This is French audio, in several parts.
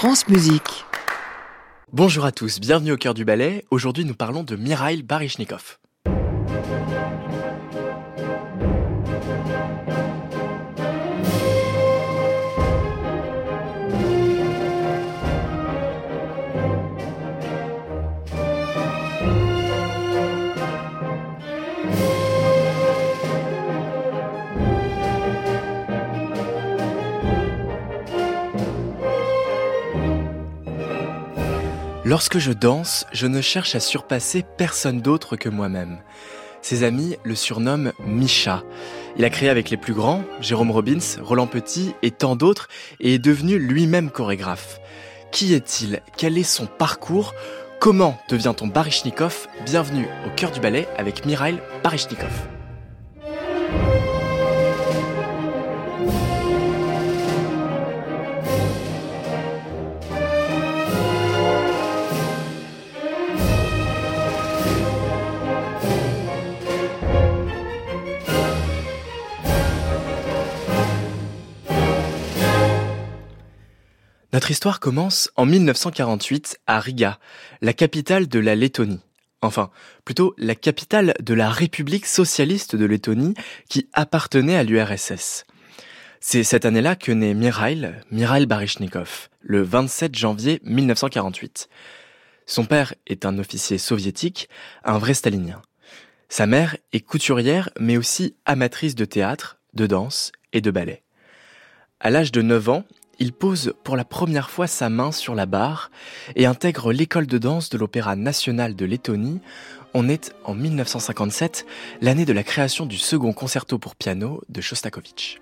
France Musique. Bonjour à tous, bienvenue au cœur du ballet. Aujourd'hui, nous parlons de Mikhaïl Baryshnikov. Lorsque je danse, je ne cherche à surpasser personne d'autre que moi-même. Ses amis le surnomment Misha. Il a créé avec les plus grands, Jérôme Robbins, Roland Petit et tant d'autres, et est devenu lui-même chorégraphe. Qui est-il ? Quel est son parcours ? Comment devient-on Baryshnikov ? Bienvenue au cœur du ballet avec Mikhaïl Baryshnikov. Notre histoire commence en 1948 à Riga, la capitale de la Lettonie. Enfin, plutôt la capitale de la République socialiste de Lettonie qui appartenait à l'URSS. C'est cette année-là que naît Mikhaïl Baryshnikov, le 27 janvier 1948. Son père est un officier soviétique, un vrai stalinien. Sa mère est couturière mais aussi amatrice de théâtre, de danse et de ballet. À l'âge de 9 ans, il pose pour la première fois sa main sur la barre et intègre l'école de danse de l'Opéra national de Lettonie. On est en 1957, l'année de la création du second concerto pour piano de Shostakovich.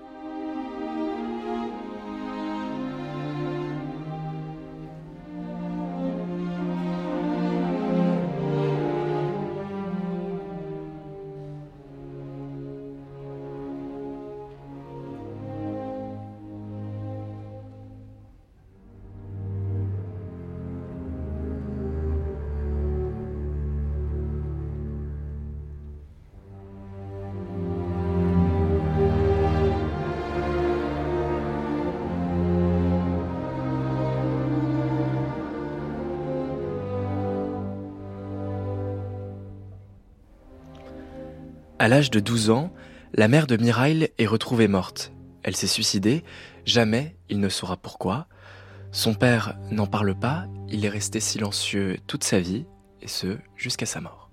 À l'âge de 12 ans, la mère de Mikhaïl est retrouvée morte. Elle s'est suicidée, jamais il ne saura pourquoi. Son père n'en parle pas, il est resté silencieux toute sa vie, et ce, jusqu'à sa mort.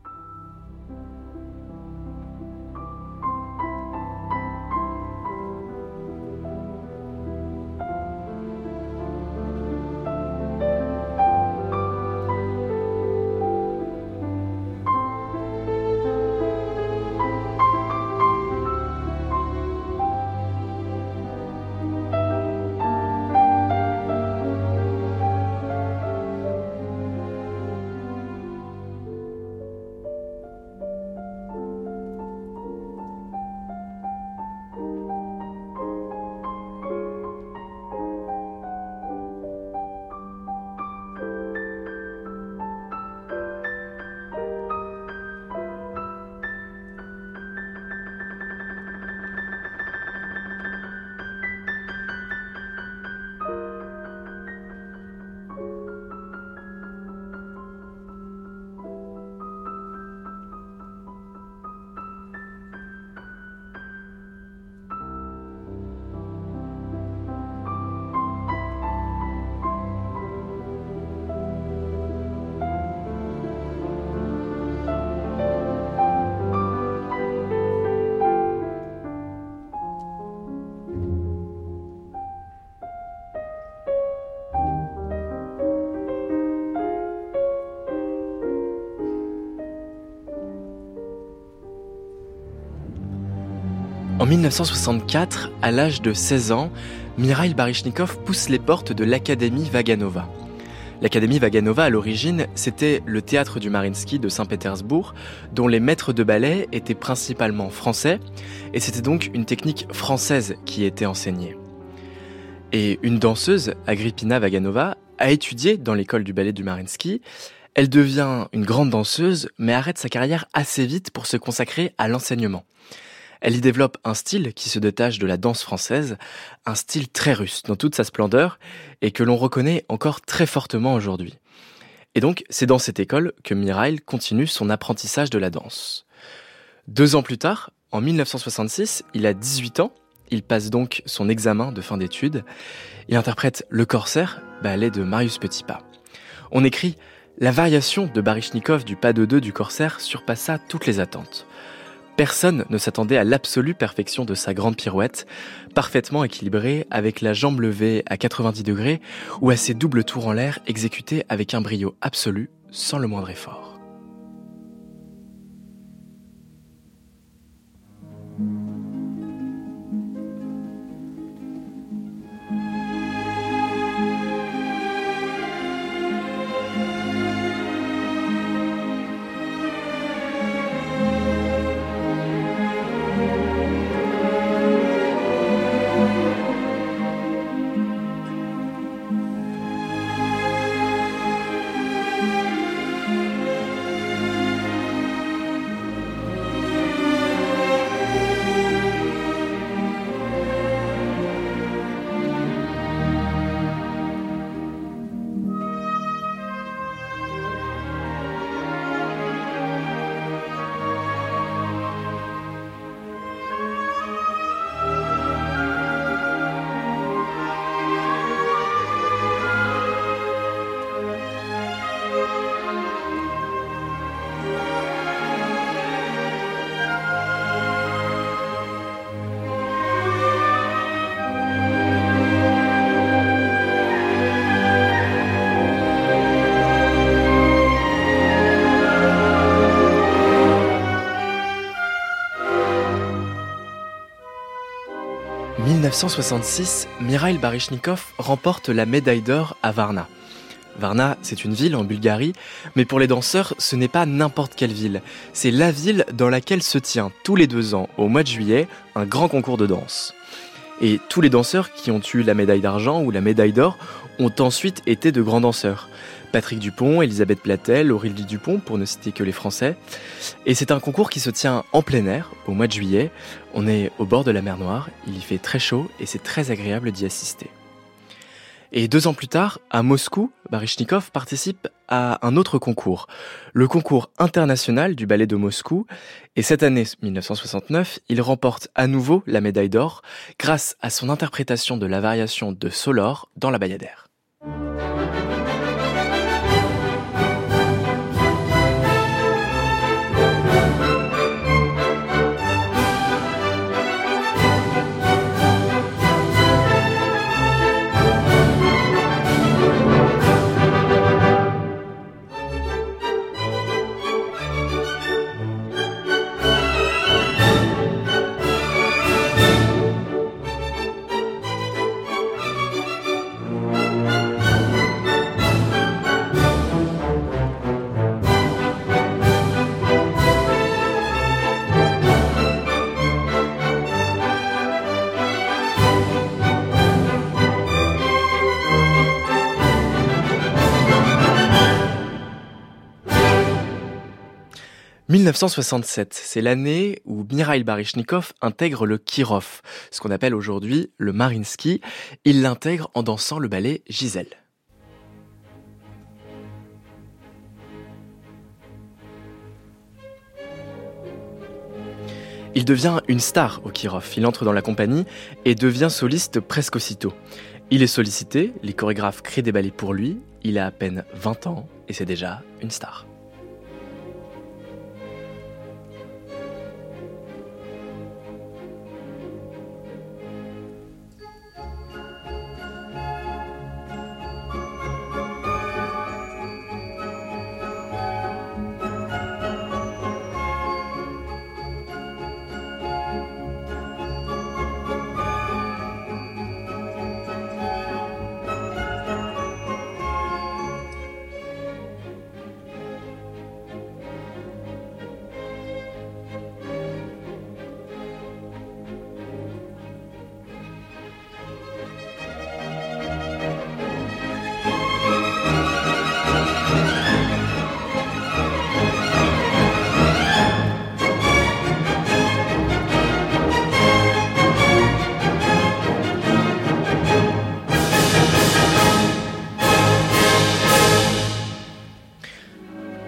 En 1964, à l'âge de 16 ans, Mikhaïl Baryshnikov pousse les portes de l'Académie Vaganova. L'Académie Vaganova, à l'origine, c'était le théâtre du Mariinsky de Saint-Pétersbourg, dont les maîtres de ballet étaient principalement français, et c'était donc une technique française qui était enseignée. Et une danseuse, Agrippina Vaganova, a étudié dans l'école du ballet du Mariinsky. Elle devient une grande danseuse, mais arrête sa carrière assez vite pour se consacrer à l'enseignement. Elle y développe un style qui se détache de la danse française, un style très russe dans toute sa splendeur et que l'on reconnaît encore très fortement aujourd'hui. Et donc, c'est dans cette école que Mireille continue son apprentissage de la danse. 2 ans plus tard, en 1966, il a 18 ans, il passe donc son examen de fin d'études. Il interprète Le Corsaire, ballet de Marius Petipa. On écrit « La variation de Baryshnikov du pas de deux du Corsaire surpassa toutes les attentes. Personne ne s'attendait à l'absolue perfection de sa grande pirouette, parfaitement équilibrée avec la jambe levée à 90 degrés ou à ses doubles tours en l'air exécutés avec un brio absolu, sans le moindre effort. » 1966, Mikhail Baryshnikov remporte la médaille d'or à Varna. Varna, c'est une ville en Bulgarie, mais pour les danseurs, ce n'est pas n'importe quelle ville. C'est la ville dans laquelle se tient tous les 2 ans, au mois de juillet, un grand concours de danse. Et tous les danseurs qui ont eu la médaille d'argent ou la médaille d'or ont ensuite été de grands danseurs. Patrick Dupont, Elisabeth Platel, Aurélie Dupont, pour ne citer que les Français. Et c'est un concours qui se tient en plein air, au mois de juillet. On est au bord de la mer Noire, il y fait très chaud et c'est très agréable d'y assister. Et 2 ans plus tard, à Moscou, Baryshnikov participe à un autre concours, le concours international du ballet de Moscou. Et cette année 1969, il remporte à nouveau la médaille d'or grâce à son interprétation de la variation de Solor dans la Bayadère. 1967, c'est l'année où Mikhail Baryshnikov intègre le Kirov, ce qu'on appelle aujourd'hui le Mariinsky. Il l'intègre en dansant le ballet Giselle. Il devient une star au Kirov. Il entre dans la compagnie et devient soliste presque aussitôt. Il est sollicité, les chorégraphes créent des ballets pour lui. Il a à peine 20 ans et c'est déjà une star.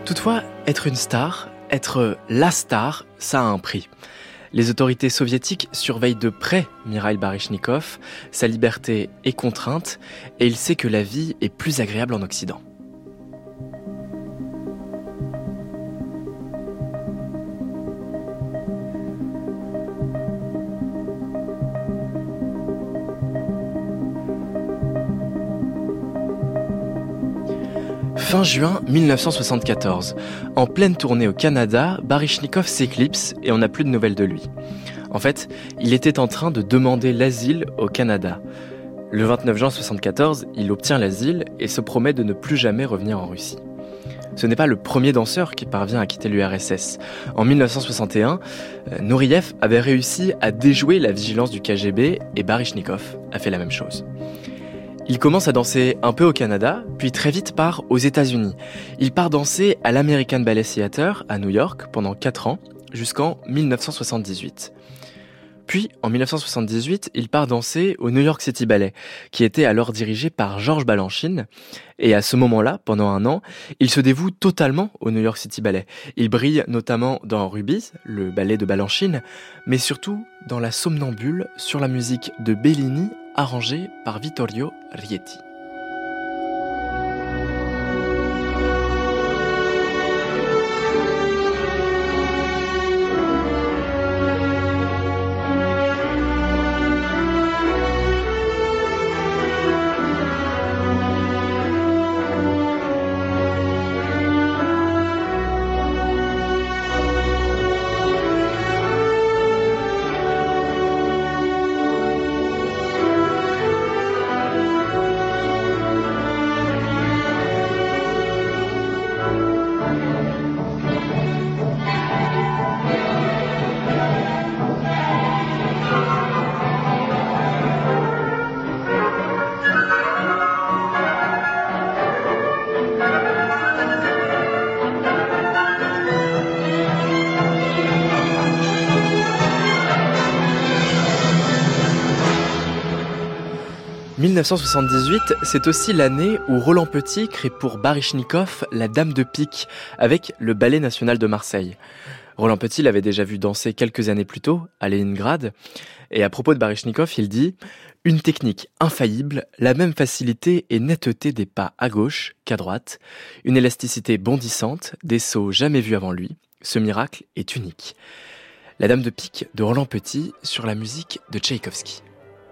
Toutefois, être une star, être la star, ça a un prix. Les autorités soviétiques surveillent de près Mikhail Baryshnikov, sa liberté est contrainte et il sait que la vie est plus agréable en Occident. Fin juin 1974, en pleine tournée au Canada, Baryshnikov s'éclipse et on n'a plus de nouvelles de lui. En fait, il était en train de demander l'asile au Canada. Le 29 juin 1974, il obtient l'asile et se promet de ne plus jamais revenir en Russie. Ce n'est pas le premier danseur qui parvient à quitter l'URSS. En 1961, Nouriev avait réussi à déjouer la vigilance du KGB et Baryshnikov a fait la même chose. Il commence à danser un peu au Canada, puis très vite part aux États-Unis. Il part danser à l'American Ballet Theatre à New York pendant 4 ans, jusqu'en 1978. Puis, en 1978, il part danser au New York City Ballet, qui était alors dirigé par Georges Balanchine. Et à ce moment-là, pendant 1 an, il se dévoue totalement au New York City Ballet. Il brille notamment dans Rubies, le ballet de Balanchine, mais surtout dans La Somnambule, sur la musique de Bellini, arrangée par Vittorio Rietti. 1978, c'est aussi l'année où Roland Petit crée pour Baryshnikov la Dame de Pique avec le Ballet National de Marseille. Roland Petit l'avait déjà vu danser quelques années plus tôt à Leningrad. Et à propos de Baryshnikov, il dit « Une technique infaillible, la même facilité et netteté des pas à gauche qu'à droite, une élasticité bondissante, des sauts jamais vus avant lui. Ce miracle est unique. » La Dame de Pique de Roland Petit sur la musique de Tchaïkovski.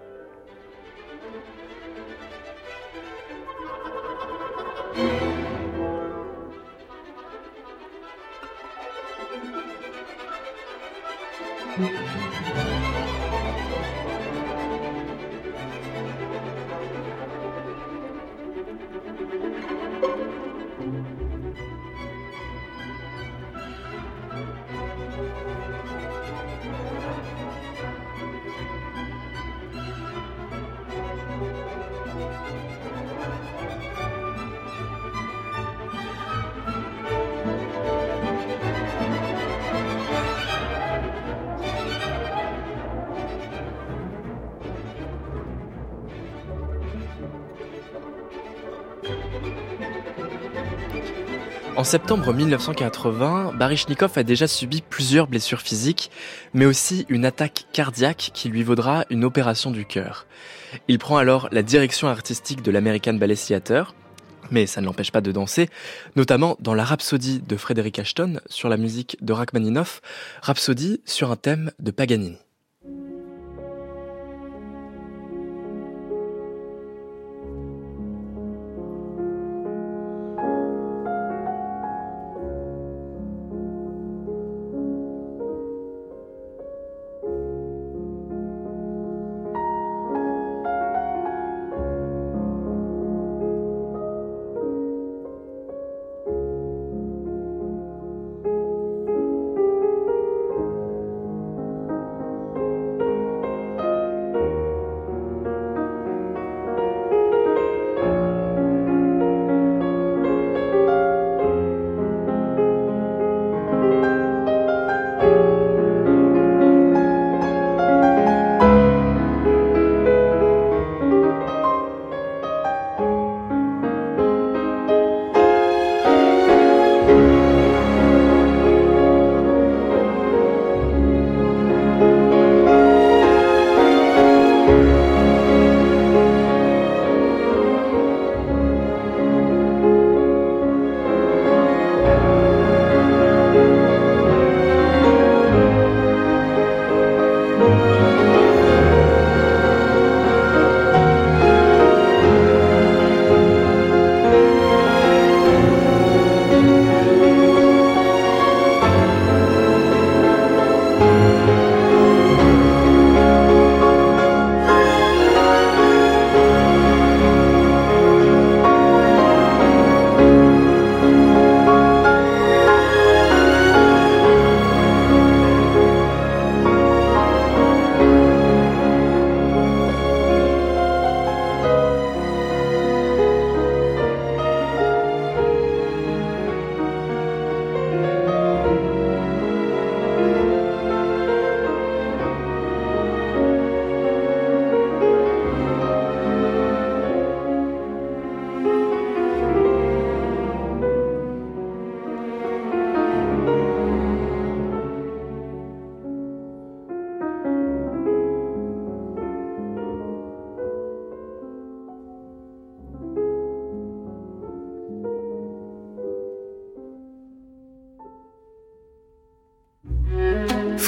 En septembre 1980, Baryshnikov a déjà subi plusieurs blessures physiques, mais aussi une attaque cardiaque qui lui vaudra une opération du cœur. Il prend alors la direction artistique de l'American Ballet Theatre, mais ça ne l'empêche pas de danser, notamment dans la Rhapsodie de Frédéric Ashton sur la musique de Rachmaninoff, Rhapsodie sur un thème de Paganini.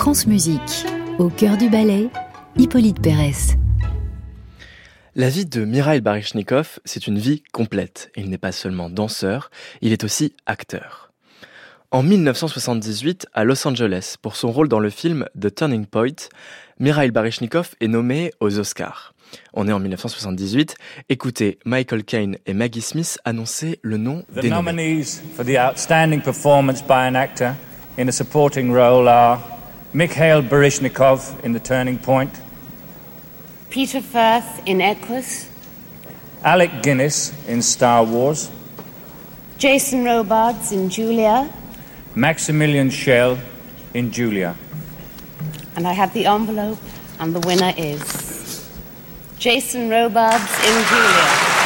France Musique, au cœur du ballet, Hippolyte Pérez. La vie de Mikhaïl Baryshnikov, c'est une vie complète. Il n'est pas seulement danseur, il est aussi acteur. En 1978, à Los Angeles, pour son rôle dans le film The Turning Point, Mikhaïl Baryshnikov est nommé aux Oscars. On est en 1978. Écoutez Michael Caine et Maggie Smith annoncer le nom des nommés. The nominees for the outstanding performance by an actor in a supporting role are Mikhail Baryshnikov in The Turning Point, Peter Firth in Equus, Alec Guinness in Star Wars, Jason Robards in Julia, Maximilian Schell in Julia. and I have the envelope, and the winner is Jason Robards in Julia.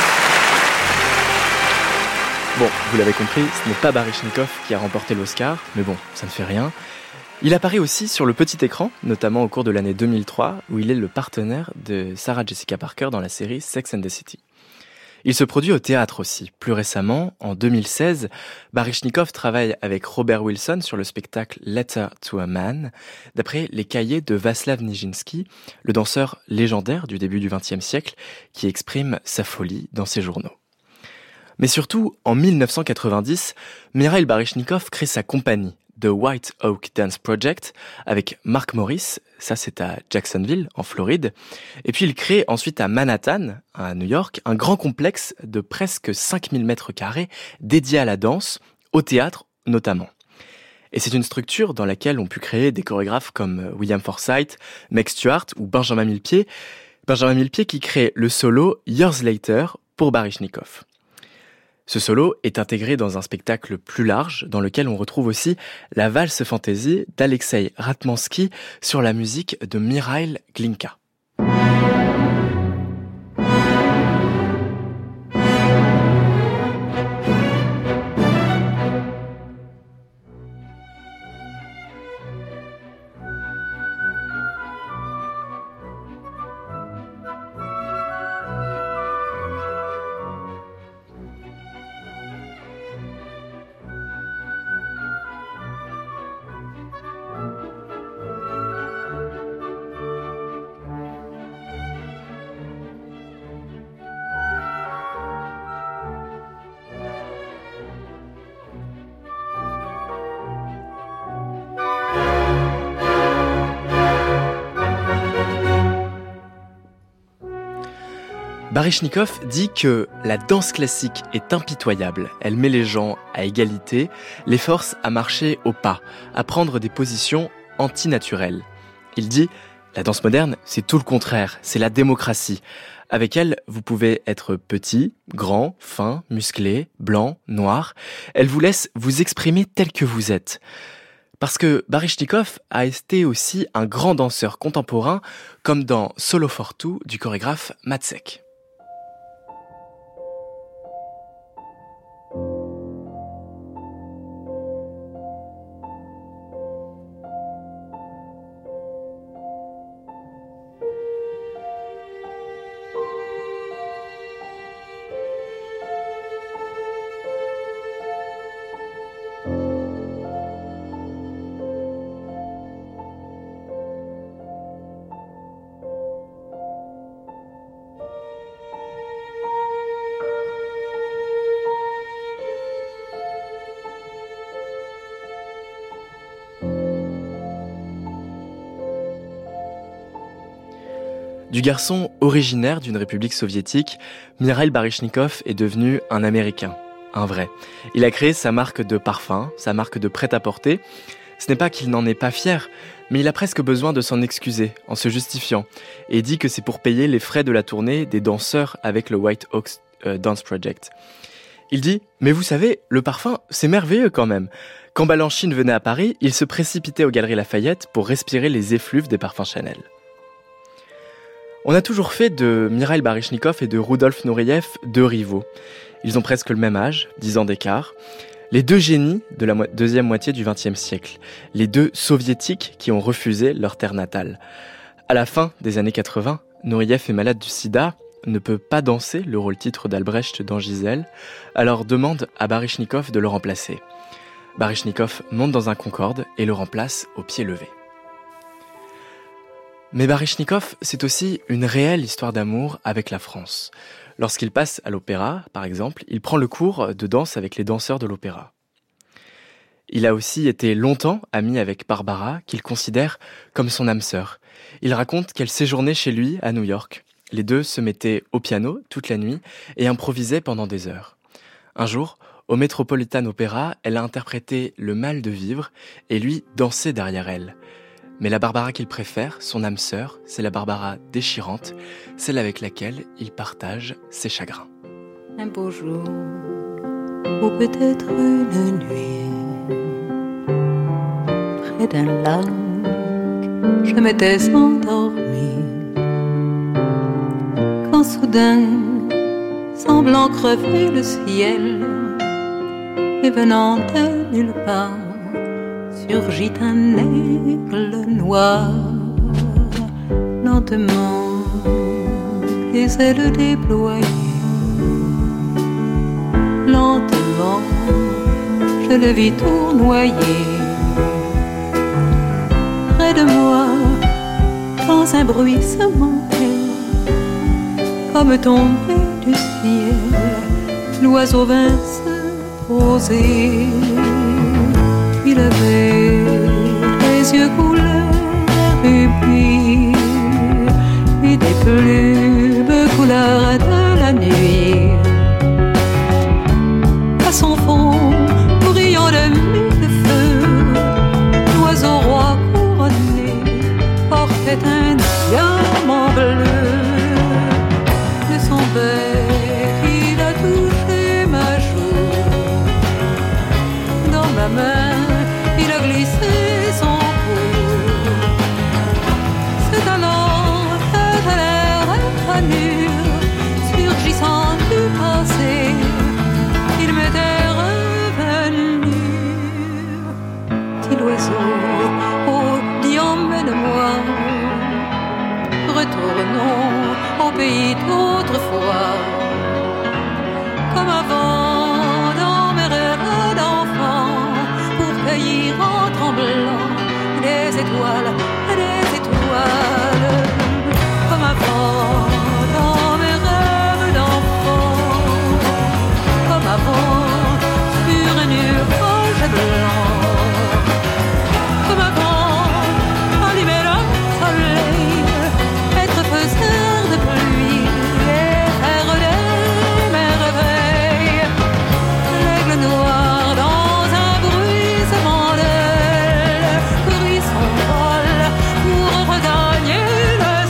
Bon, vous l'avez compris, ce n'est pas Baryshnikov qui a remporté l'Oscar, mais bon, ça ne fait rien. Il apparaît aussi sur le petit écran, notamment au cours de l'année 2003, où il est le partenaire de Sarah Jessica Parker dans la série Sex and the City. Il se produit au théâtre aussi. Plus récemment, en 2016, Baryshnikov travaille avec Robert Wilson sur le spectacle Letter to a Man, d'après les cahiers de Václav Nijinsky, le danseur légendaire du début du XXe siècle, qui exprime sa folie dans ses journaux. Mais surtout, en 1990, Mikhaïl Baryshnikov crée sa compagnie, The White Oak Dance Project, avec Mark Morris, ça c'est à Jacksonville, en Floride. Et puis il crée ensuite à Manhattan, à New York, un grand complexe de presque 5000 mètres carrés dédié à la danse, au théâtre notamment. Et c'est une structure dans laquelle ont pu créer des chorégraphes comme William Forsythe, Meg Stuart ou Benjamin Millepied. Benjamin Millepied qui crée le solo Years Later pour Baryshnikov. Ce solo est intégré dans un spectacle plus large dans lequel on retrouve aussi la valse fantaisie d'Alexei Ratmansky sur la musique de Mikhail Glinka. Baryshnikov dit que la danse classique est impitoyable. Elle met les gens à égalité, les force à marcher au pas, à prendre des positions antinaturelles. Il dit « La danse moderne, c'est tout le contraire, c'est la démocratie. Avec elle, vous pouvez être petit, grand, fin, musclé, blanc, noir. Elle vous laisse vous exprimer tel que vous êtes. » Parce que Baryshnikov a été aussi un grand danseur contemporain, comme dans Solo for Two du chorégraphe Matsek. Du garçon originaire d'une république soviétique, Mikhaïl Baryshnikov est devenu un Américain, un vrai. Il a créé sa marque de parfum, sa marque de prêt-à-porter. Ce n'est pas qu'il n'en est pas fier, mais il a presque besoin de s'en excuser en se justifiant et dit que c'est pour payer les frais de la tournée des danseurs avec le White Oak Dance Project. Il dit « Mais vous savez, le parfum, c'est merveilleux quand même. Quand Balanchine venait à Paris, il se précipitait aux Galeries Lafayette pour respirer les effluves des parfums Chanel. » On a toujours fait de Mikhaïl Baryshnikov et de Rudolf Nureyev deux rivaux. Ils ont presque le même âge, 10 ans d'écart. Les deux génies de la deuxième moitié du XXe siècle. Les deux soviétiques qui ont refusé leur terre natale. À la fin des années 80, Nureyev est malade du sida, ne peut pas danser le rôle-titre d'Albrecht dans Gisèle, alors demande à Baryshnikov de le remplacer. Baryshnikov monte dans un Concorde et le remplace au pied levé. Mais Baryshnikov, c'est aussi une réelle histoire d'amour avec la France. Lorsqu'il passe à l'opéra, par exemple, il prend le cours de danse avec les danseurs de l'opéra. Il a aussi été longtemps ami avec Barbara, qu'il considère comme son âme sœur. Il raconte qu'elle séjournait chez lui à New York. Les deux se mettaient au piano toute la nuit et improvisaient pendant des heures. Un jour, au Metropolitan Opera, elle a interprété Le Mal de vivre et lui dansait derrière elle. Mais la Barbara qu'il préfère, son âme sœur, c'est la Barbara déchirante, celle avec laquelle il partage ses chagrins. Un beau jour, ou peut-être une nuit, près d'un lac, je m'étais endormie. Quand soudain, semblant crever le ciel, et venant de nulle part, surgit un aigle noir. Lentement, les ailes déployées. Lentement, je le vis tournoyer. Près de moi, dans un bruissement clair, comme tombé du ciel, l'oiseau vint se poser. Il avait les yeux couleur rubis et des plumes couleur de la nuit. À son fond, brillant de mille feux, l'oiseau roi couronné portait un diamant bleu. De son bec, il a touché ma joue. Dans ma main, il a glissé son cou. C'est alors que de l'air inconnu, surgissant du passé, il m'était revenu. Petit oiseau, oh, dis emmène-moi. Retournons au pays d'autrefois. Comme avant, dans mes rêves d'enfant, pour cueillir en tremblant des étoiles, comme avant, dans mes rêves d'enfant, comme avant, sur un nuage blanc, comme avant, allumer le soleil, être faiseur de pluie et faire des merveilles. L'aigle noir dans un bruissement d'aile prit son vol pour regagner le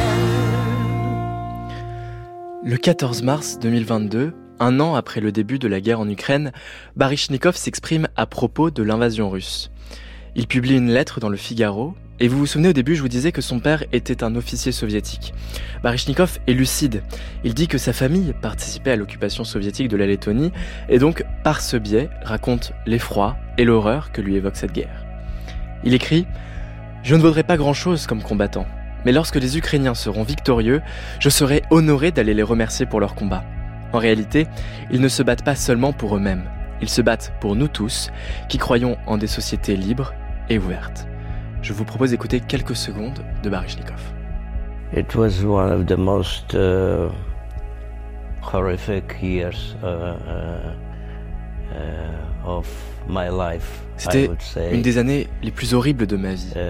ciel. Le 14 mars 2022, un an après le début de la guerre en Ukraine, Baryshnikov s'exprime à propos de l'invasion russe. Il publie une lettre dans le Figaro, et vous vous souvenez au début je vous disais que son père était un officier soviétique. Baryshnikov est lucide. Il dit que sa famille participait à l'occupation soviétique de la Lettonie, et donc par ce biais raconte l'effroi et l'horreur que lui évoque cette guerre. Il écrit « Je ne vaudrais pas grand-chose comme combattant, mais lorsque les Ukrainiens seront victorieux, je serai honoré d'aller les remercier pour leur combat. En réalité, ils ne se battent pas seulement pour eux-mêmes, ils se battent pour nous tous, qui croyons en des sociétés libres et ouvertes. » Je vous propose d'écouter quelques secondes de Baryshnikov. It was one of the most horrific years of my life. C'était une des années les plus horribles de ma vie.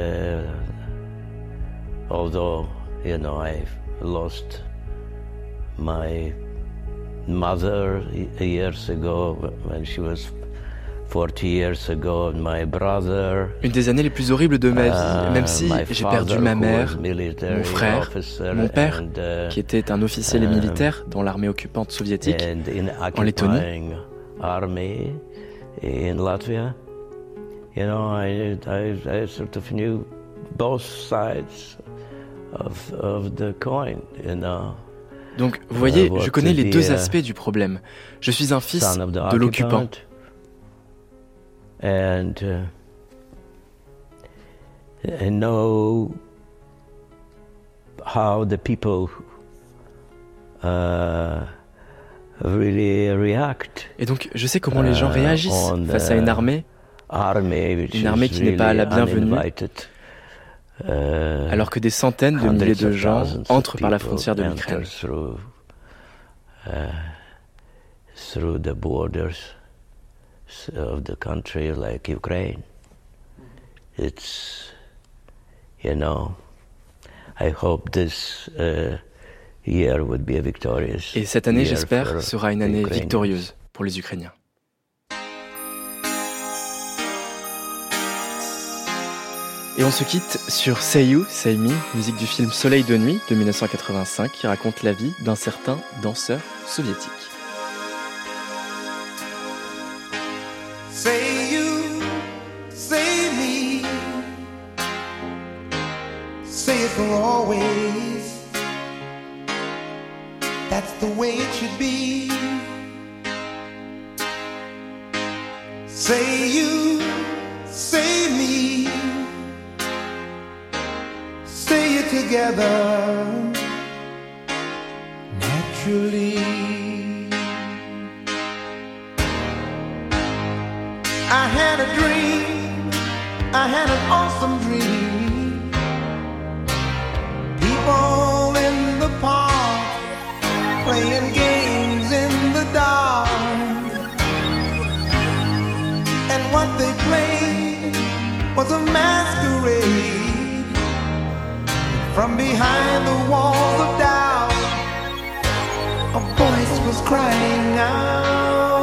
Although, you know, I've lost my mother years ago when she was 40 years ago, my brother. Une des années les plus horribles de ma vie, même si j'ai perdu ma mère, mon frère, mon père, qui était un officier militaire dans l'armée occupante soviétique en Lettonie. Army in Latvia. You know, I sort of knew both sides of the coin, you know. Donc, vous voyez, je connais les deux aspects du problème. Je suis un fils de l'occupant. And I know how the people really react. Et donc, je sais comment les gens réagissent face à une armée qui n'est pas la bienvenue, Alors que des centaines de milliers de gens entrent par la frontière de l'Ukraine. Through the borders of the country like Ukraine. It's, I hope this year would be a victorious. Et cette année, j'espère, sera une année victorieuse pour les Ukrainiens. Et on se quitte sur Say You, Say Me, musique du film Soleil de nuit de 1985 qui raconte la vie d'un certain danseur soviétique. Say you, say me, say it for always. That's the way it should be. Say you, say me, say it together naturally. I had a dream, I had an awesome dream. People in the park, playing games in the dark. And what they played was a masquerade. From behind the walls of doubt, a voice was crying out.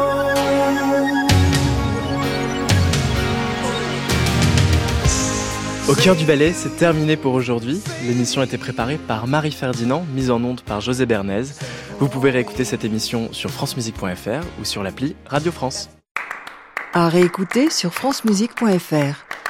Au cœur du ballet, c'est terminé pour aujourd'hui. L'émission a été préparée par Marie Ferdinand, mise en onde par José Bernays. Vous pouvez réécouter cette émission sur francemusique.fr ou sur l'appli Radio France. À réécouter sur francemusique.fr.